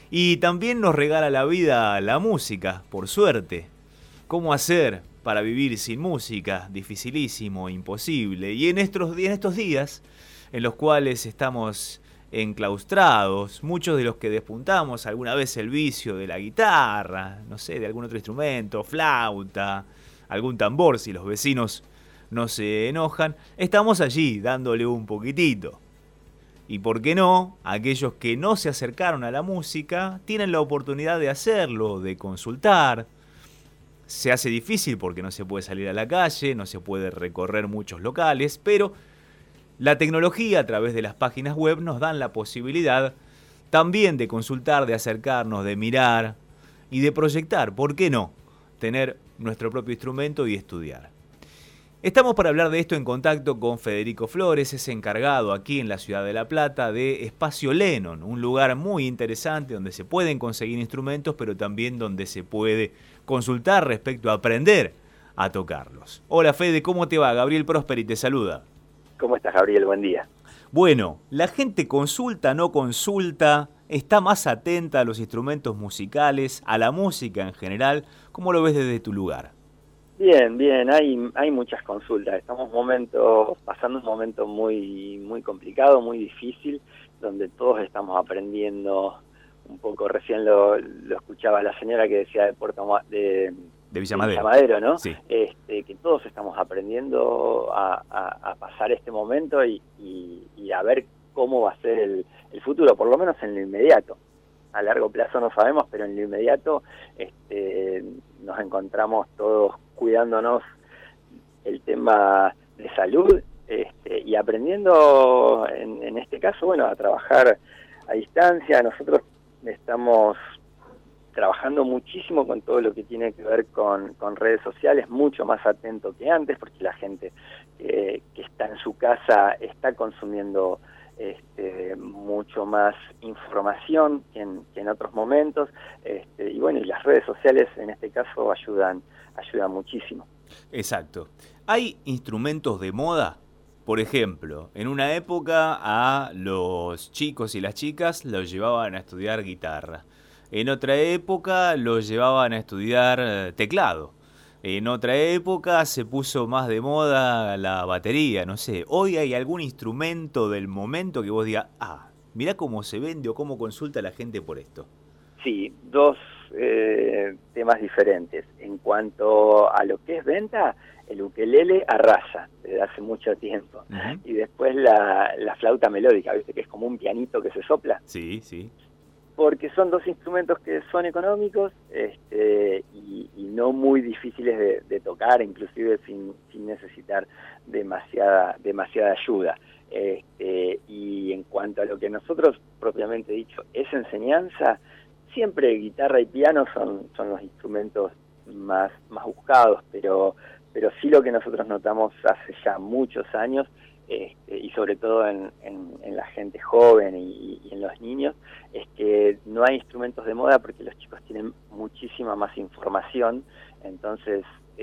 Y también nos regala la vida la música, por suerte. ¿Cómo hacer para vivir sin música? Dificilísimo, imposible. Y en estos días en los cuales estamos enclaustrados, muchos de los que despuntamos alguna vez el vicio de la guitarra, no sé, de algún otro instrumento, flauta, algún tambor si los vecinos no se enojan, estamos allí dándole un poquitito. Y por qué no, aquellos que no se acercaron a la música tienen la oportunidad de hacerlo, de consultar. Se hace difícil porque no se puede salir a la calle, no se puede recorrer muchos locales, pero la tecnología a través de las páginas web nos dan la posibilidad también de consultar, de acercarnos, de mirar y de proyectar, ¿por qué no?, tener nuestro propio instrumento y estudiar. Estamos para hablar de esto en contacto con Federico Flores, es encargado aquí en la ciudad de La Plata de Espacio Lennon, un lugar muy interesante donde se pueden conseguir instrumentos, pero también donde se puede consultar respecto a aprender a tocarlos. Hola Fede, ¿cómo te va? Gabriel Prosperi te saluda. ¿Cómo estás, Gabriel? Buen día. Bueno, ¿la gente consulta, no consulta? ¿Está más atenta a los instrumentos musicales, a la música en general? ¿Cómo lo ves desde tu lugar? Bien, hay muchas consultas. Estamos pasando un momento muy complicado, muy difícil, donde todos estamos aprendiendo un poco. Recién lo escuchaba la señora que decía de Villa de Villa Madero. Madero, ¿no? Sí. Que todos estamos aprendiendo a pasar este momento y a ver cómo va a ser el futuro, por lo menos en lo inmediato. A largo plazo no sabemos, pero en lo inmediato nos encontramos todos cuidándonos el tema de salud y aprendiendo, en este caso, bueno, a trabajar a distancia. Nosotros estamos trabajando muchísimo con todo lo que tiene que ver con redes sociales, mucho más atento que antes, porque la gente que está en su casa está consumiendo mucho más información que en otros momentos, y bueno, y las redes sociales en este caso ayudan muchísimo. Exacto. ¿Hay instrumentos de moda? Por ejemplo, en una época a los chicos y las chicas los llevaban a estudiar guitarra. En otra época los llevaban a estudiar teclado. En otra época se puso más de moda la batería, no sé. ¿Hoy hay algún instrumento del momento que vos digas, mirá cómo se vende o cómo consulta la gente por esto? Sí, dos temas diferentes. En cuanto a lo que es venta, el ukelele arrasa desde hace mucho tiempo. Uh-huh. Y después la flauta melódica, ¿viste? Que es como un pianito que se sopla. Sí, sí. Porque son dos instrumentos que son económicos y no muy difíciles de tocar, inclusive sin necesitar demasiada ayuda. Y en cuanto a lo que nosotros propiamente dicho es enseñanza, siempre guitarra y piano son los instrumentos más buscados, pero sí lo que nosotros notamos hace ya muchos años, y sobre todo en la gente joven y en los niños, es que no hay instrumentos de moda porque los chicos tienen muchísima más información, entonces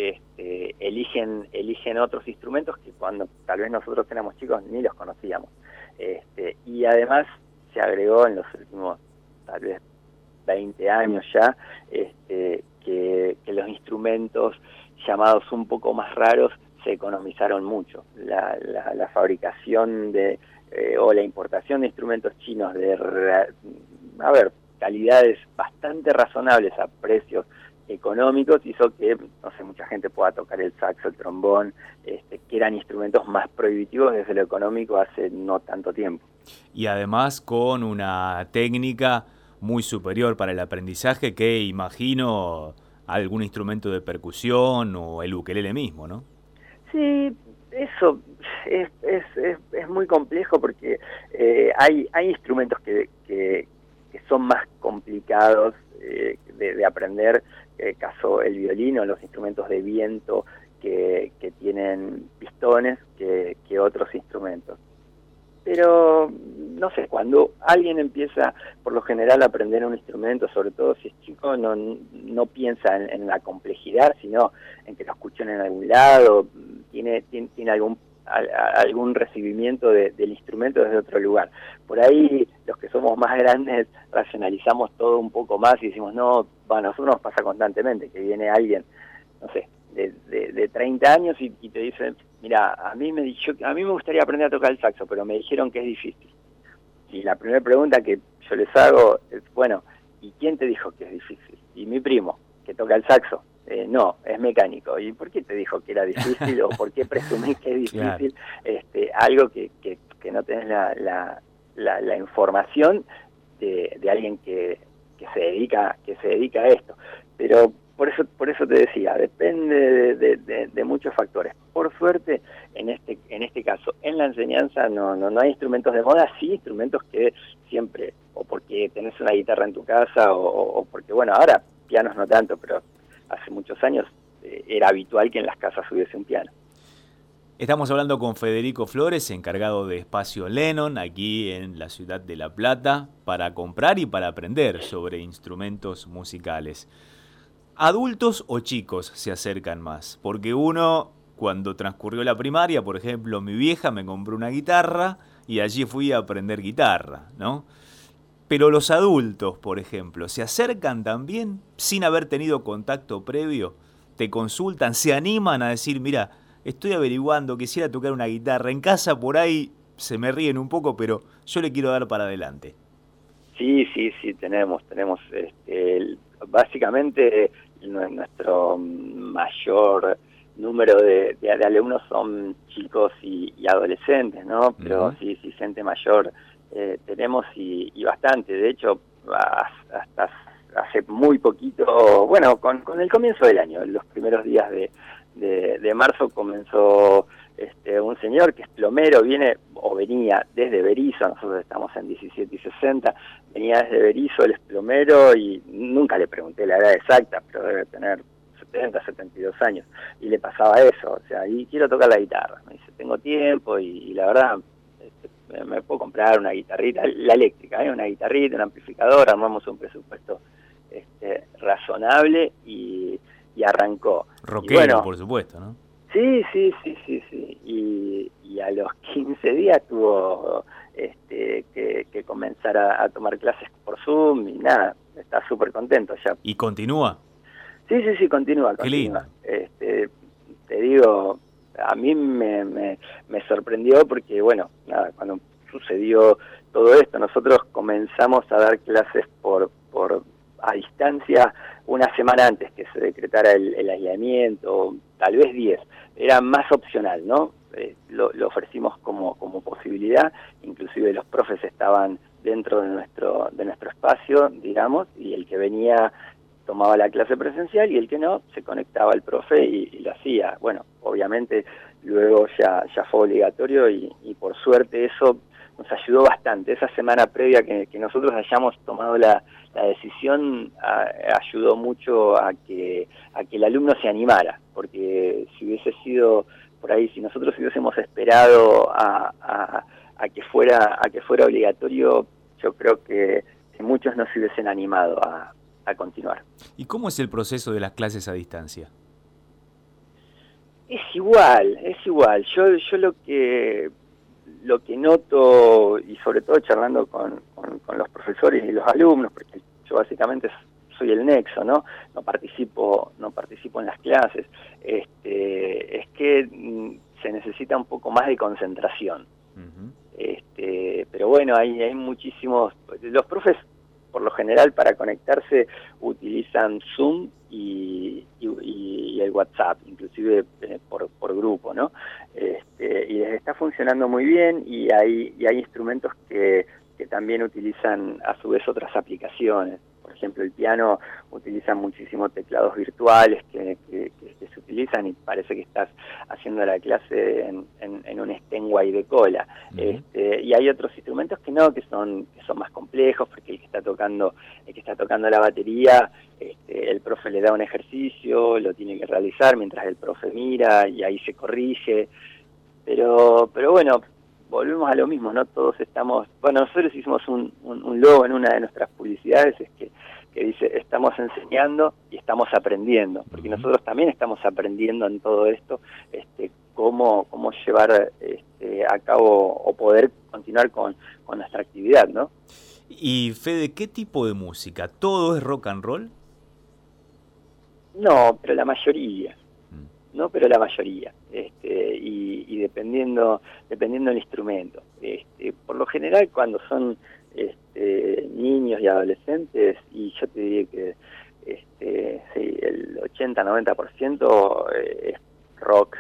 eligen otros instrumentos que cuando tal vez nosotros éramos chicos ni los conocíamos. Y además se agregó en los últimos tal vez 20 años ya, que los instrumentos llamados un poco más raros se economizaron mucho. La fabricación o la importación de instrumentos chinos de calidades bastante razonables a precios económicos hizo que, no sé, mucha gente pueda tocar el saxo, el trombón, que eran instrumentos más prohibitivos desde lo económico hace no tanto tiempo. Y además con una técnica muy superior para el aprendizaje que imagino algún instrumento de percusión o el ukelele mismo, ¿no? Sí, eso es muy complejo porque hay instrumentos que son más complicados de aprender, caso el violín o los instrumentos de viento que tienen pistones que otros instrumentos. Pero, no sé, cuando alguien empieza, por lo general, a aprender un instrumento, sobre todo si es chico, no piensa en la complejidad, sino en que lo escuchen en algún lado, tiene algún algún recibimiento del instrumento desde otro lugar. Por ahí los que somos más grandes racionalizamos todo un poco más y decimos, no, a nosotros nos pasa constantemente que viene alguien, no sé, de 30 años y te dicen, mira, a mí me gustaría aprender a tocar el saxo, pero me dijeron que es difícil. Y la primera pregunta que yo les hago es, bueno, ¿y quién te dijo que es difícil? Y mi primo, que toca el saxo. No, es mecánico. ¿Y por qué te dijo que era difícil o por qué presumís que es difícil? Claro. Algo que no tenés la información de alguien que se dedica a esto. Pero por eso te decía, depende de muchos factores. Por suerte, en este caso, en la enseñanza no hay instrumentos de moda, sí instrumentos que siempre, o porque tenés una guitarra en tu casa, o porque, bueno, ahora pianos no tanto, pero hace muchos años era habitual que en las casas hubiese un piano. Estamos hablando con Federico Flores, encargado de Espacio Lennon, aquí en la ciudad de La Plata, para comprar y para aprender sobre instrumentos musicales. ¿Adultos o chicos se acercan más? Porque uno, cuando transcurrió la primaria, por ejemplo, mi vieja me compró una guitarra y allí fui a aprender guitarra, ¿no? Pero los adultos, por ejemplo, ¿se acercan también sin haber tenido contacto previo? ¿Te consultan? ¿Se animan a decir, mira, estoy averiguando, quisiera tocar una guitarra? En casa por ahí se me ríen un poco, pero yo le quiero dar para adelante. Sí, tenemos básicamente nuestro mayor número de alumnos son chicos y adolescentes, ¿no? Pero sí, gente mayor tenemos y bastante. De hecho, hasta hace muy poquito, bueno, con el comienzo del año, los primeros días de marzo comenzó un señor que es plomero, venía desde Berisso, nosotros estamos en 17 y 60, venía desde Berisso, él es plomero y nunca le pregunté la edad exacta, pero debe tener 70, 72 años, y le pasaba eso, o sea, y quiero tocar la guitarra, me dice, tengo tiempo y la verdad me puedo comprar una guitarrita, la eléctrica, una guitarrita, un amplificador, armamos un presupuesto razonable y arrancó. Rockero, bueno, por supuesto, ¿no? Sí. Y a los 15 días tuvo que comenzar a tomar clases por Zoom y nada, está súper contento ya. ¿Y continúa? Sí, continúa. Qué lindo. Te digo, a mí me sorprendió porque, bueno, nada, cuando sucedió todo esto, nosotros comenzamos a dar clases a distancia una semana antes que se decretara el aislamiento, tal vez 10, era más opcional, ¿no? Lo ofrecimos como posibilidad, inclusive los profes estaban dentro de nuestro espacio, digamos, y el que venía tomaba la clase presencial y el que no, se conectaba al profe y lo hacía. Bueno, obviamente luego ya fue obligatorio y por suerte eso nos ayudó bastante. Esa semana previa que nosotros hayamos tomado la decisión ayudó mucho a que el alumno se animara, porque si hubiese sido por ahí, si nosotros hubiésemos esperado a que fuera obligatorio, yo creo que muchos no se hubiesen animado a continuar. ¿Y cómo es el proceso de las clases a distancia? Es igual. Yo lo que noto, y sobre todo charlando con los profesores y los alumnos, porque yo básicamente soy el nexo, ¿no? No participo en las clases, es que se necesita un poco más de concentración. Pero bueno, hay muchísimos, los profes por lo general para conectarse utilizan Zoom y el WhatsApp, inclusive por grupo, ¿no? Y les está funcionando muy bien y hay instrumentos que también utilizan a su vez otras aplicaciones. Por ejemplo, el piano utiliza muchísimos teclados virtuales que se utilizan y parece que estás haciendo la clase en un Steinway de cola. Y hay otros instrumentos que son más complejos, porque el que está tocando la batería, el profe le da un ejercicio, lo tiene que realizar mientras el profe mira y ahí se corrige. Pero bueno, volvemos a lo mismo, ¿no? Todos estamos... Bueno, nosotros hicimos un logo en una de nuestras publicidades que dice, estamos enseñando y estamos aprendiendo, porque nosotros también estamos aprendiendo en todo esto, cómo llevar a cabo o poder continuar con nuestra actividad, ¿no? Y Fede, ¿qué tipo de música? ¿Todo es rock and roll? No, pero la mayoría. No, pero la mayoría, y dependiendo del instrumento. Por lo general, cuando son niños y adolescentes, y yo te diría que sí, el 80-90% es rock,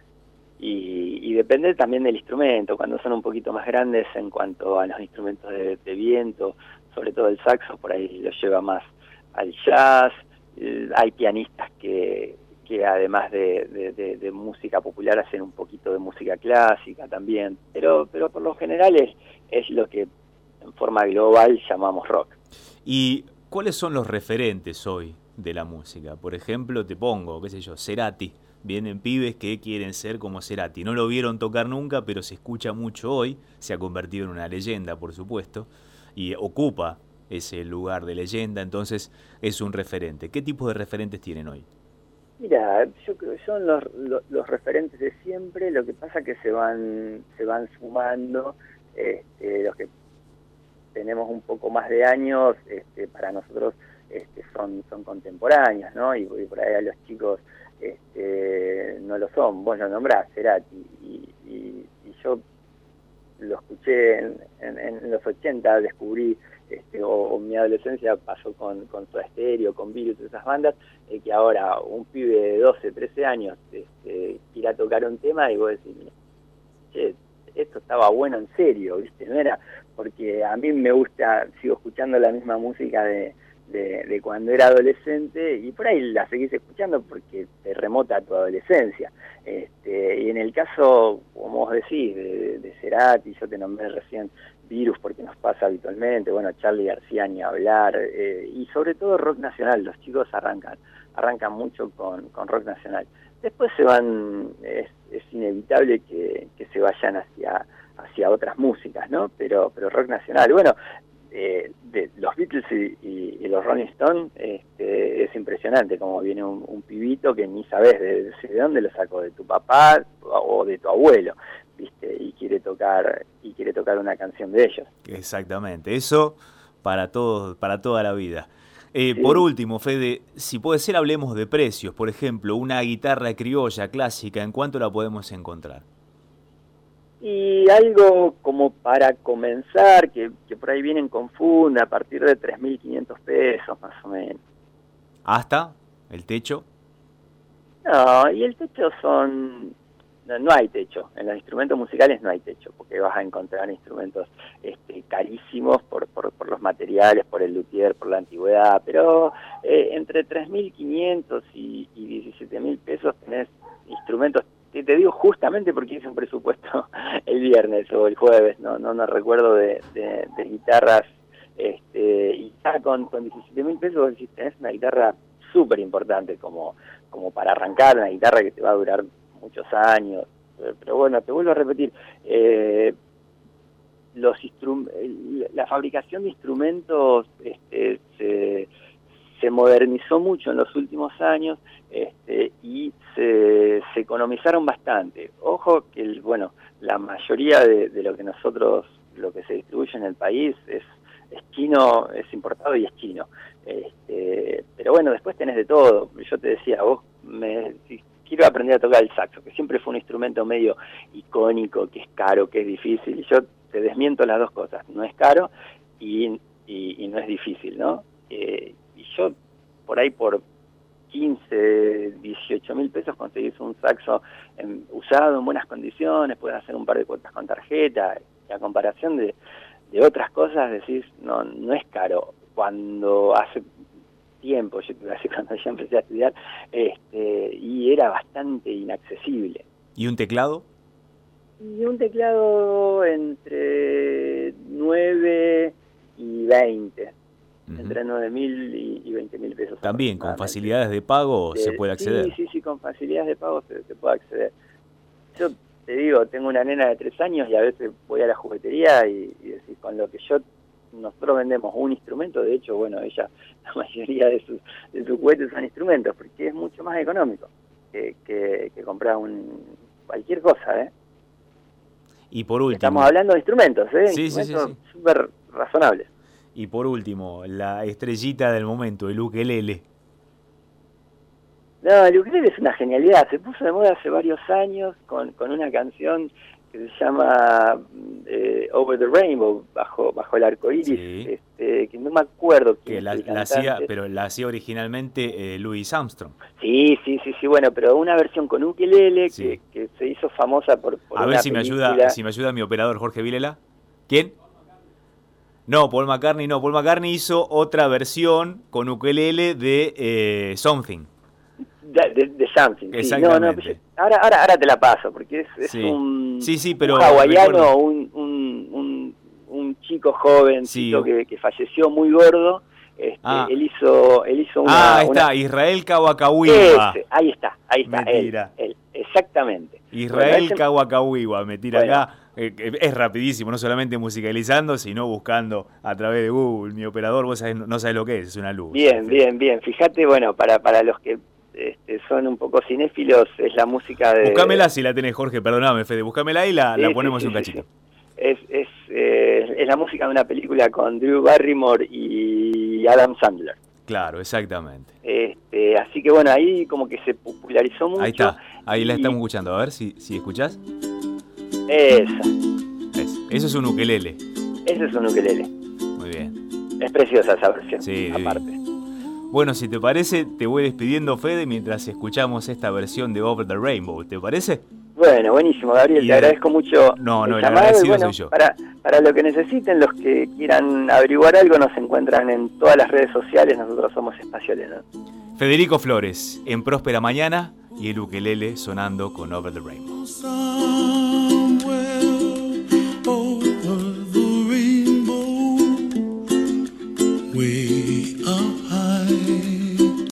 y depende también del instrumento. Cuando son un poquito más grandes en cuanto a los instrumentos de viento, sobre todo el saxo, por ahí lo lleva más al jazz. Hay pianistas que además de música popular hacen un poquito de música clásica también, pero por lo general es lo que en forma global llamamos rock. ¿Y cuáles son los referentes hoy de la música? Por ejemplo, te pongo, qué sé yo, Cerati. Vienen pibes que quieren ser como Cerati. No lo vieron tocar nunca, pero se escucha mucho hoy. Se ha convertido en una leyenda, por supuesto, y ocupa ese lugar de leyenda, entonces es un referente. ¿Qué tipo de referentes tienen hoy? Mira, yo creo que son los referentes de siempre. Lo que pasa que se van sumando los que tenemos un poco más de años. Para nosotros son contemporáneos, ¿no? Y por ahí a los chicos no lo son. Vos lo nombrás, Cerati, y yo lo escuché en los 80, descubrí, o mi adolescencia pasó con Soda Stereo, con Virus, esas bandas, que ahora un pibe de 12, 13 años quiera tocar un tema y vos decís, che, esto estaba bueno en serio, ¿viste? No era porque a mí me gusta, sigo escuchando la misma música de cuando era adolescente, y por ahí la seguís escuchando porque te remota a tu adolescencia. Y en el caso, como vos decís, de Cerati, yo te nombré recién Virus porque nos pasa habitualmente, bueno, Charly García ni hablar, y sobre todo rock nacional. Los chicos arrancan mucho con rock nacional. Después se van, es inevitable que se vayan hacia otras músicas, ¿no? Pero rock nacional, bueno, de los Beatles y los Rolling Stones, es impresionante como viene un pibito que ni sabes de dónde lo sacó, de tu papá o de tu abuelo, ¿viste? Y quiere tocar una canción de ellos. Exactamente, eso para todos, para toda la vida. Sí. Por último, Fede, si puede ser, hablemos de precios. Por ejemplo, una guitarra criolla clásica, ¿en cuánto la podemos encontrar? Y algo como para comenzar, que por ahí vienen con funda, a partir de 3.500 pesos más o menos. ¿Hasta el techo? No, y el techo no hay techo, en los instrumentos musicales no hay techo, porque vas a encontrar instrumentos carísimos por los materiales, por el luthier, por la antigüedad, pero entre 3.500 y 17.000 pesos tenés instrumentos. Te digo justamente porque hice un presupuesto el viernes o el jueves, no recuerdo de guitarras, y ya con 17.000 pesos tenés una guitarra súper importante como para arrancar, una guitarra que te va a durar muchos años. Pero bueno, te vuelvo a repetir, la fabricación de instrumentos se modernizó mucho en los últimos años, y se economizaron bastante. Ojo que la mayoría de lo que se distribuye en el país es chino, es importado y es chino. Pero bueno, después tenés de todo. Yo te decía, si quiero aprender a tocar el saxo, que siempre fue un instrumento medio icónico, que es caro, que es difícil, y yo te desmiento las dos cosas, no es caro y no es difícil, ¿no? Y yo por ahí por 15, 18.000 pesos conseguís un saxo usado en buenas condiciones, puedes hacer un par de cuotas con tarjeta, y a comparación de otras cosas decís, no es caro. Cuando hace tiempo, yo te iba a decir cuando ya empecé a estudiar, y era bastante inaccesible. ¿Y un teclado? Y un teclado entre 9 y 20. Entre 9.000 y 20.000 pesos. También con facilidades de pago se puede acceder. Sí, con facilidades de pago se puede acceder. Yo te digo, tengo una nena de 3 años y a veces voy a la juguetería y decís, con lo que nosotros vendemos un instrumento, de hecho, bueno, la mayoría de sus juguetes son instrumentos, porque es mucho más económico que comprar cualquier cosa, ¿eh? Y por último... Estamos hablando de instrumentos, ¿eh? Sí, instrumentos súper razonables. Y por último, la estrellita del momento, el ukelele. No, el ukelele es una genialidad. Se puso de moda hace varios años con una canción que se llama Over the Rainbow, bajo el arco iris, Sí. Que no me acuerdo quién Que es la el cantante. hacía, pero la hacía originalmente Louis Armstrong. Sí, bueno, pero una versión con ukelele Sí. que se hizo famosa por A ver una si me película. ayuda mi operador Jorge Vilela. ¿Quién? No, Paul McCartney no. Paul McCartney hizo otra versión con ukelele de Something. De Something. Sí. Exactamente. No, ahora te la paso, porque es Sí. un, Sí, pero un hawaiano, recuerdo. un chico joven, Sí. que falleció muy gordo. Él hizo una... ahí está, una... Israel Kawakawiwa. Ahí está, Mentira. él, exactamente. Israel Bueno, Kawakawiwa, me tira Bueno. acá. Es rapidísimo, no solamente musicalizando, sino buscando a través de Google. Mi operador, vos no sabés lo que es una luz. Bien. Fíjate, bueno, para los que son un poco cinéfilos, es la música de... Buscámela si la tenés, Jorge, perdóname, Fede. Buscámela y la Sí, ponemos sí, un sí, cachito. sí. Es la música de una película con Drew Barrymore y Adam Sandler. Claro, exactamente. Así que bueno, ahí como que se popularizó mucho. Ahí está, ahí la estamos escuchando. A ver si escuchás. Esa. Eso es un ukelele. Ese es un ukelele. Muy bien. Es preciosa esa versión, Sí, aparte. Bueno, si te parece, te voy despidiendo, Fede, mientras escuchamos esta versión de Over the Rainbow. ¿Te parece? Bueno, buenísimo, Gabriel, te agradezco mucho No, el llamado. agradecido Y bueno, soy yo. para lo que necesiten, los que quieran averiguar algo, nos encuentran en todas las redes sociales. Nosotros somos Espacio Lennon. Federico Flores, en Próspera Mañana, y el ukelele sonando con Over the Rainbow.